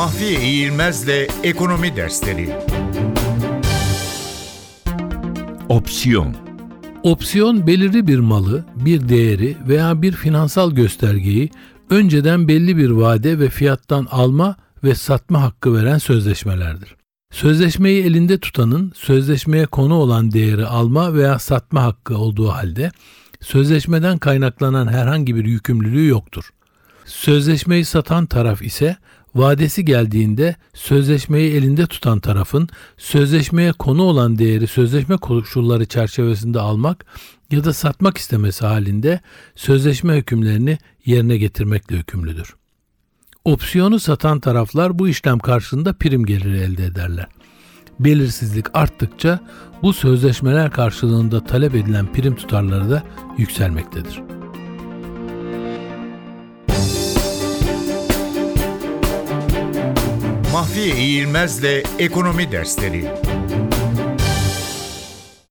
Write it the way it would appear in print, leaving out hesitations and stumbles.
Mahfiye İğilmez'le Ekonomi Dersleri. Opsiyon. Opsiyon, belirli bir malı, bir değeri veya bir finansal göstergeyi önceden belli bir vade ve fiyattan alma ve satma hakkı veren sözleşmelerdir. Sözleşmeyi elinde tutanın sözleşmeye konu olan değeri alma veya satma hakkı olduğu halde sözleşmeden kaynaklanan herhangi bir yükümlülüğü yoktur. Sözleşmeyi satan taraf ise vadesi geldiğinde sözleşmeyi elinde tutan tarafın sözleşmeye konu olan değeri sözleşme koşulları çerçevesinde almak ya da satmak istemesi halinde sözleşme hükümlerini yerine getirmekle yükümlüdür. Opsiyonu satan taraflar bu işlem karşılığında prim geliri elde ederler. Belirsizlik arttıkça bu sözleşmeler karşılığında talep edilen prim tutarları da yükselmektedir. Mahfiye İğilmez'le Ekonomi Dersleri.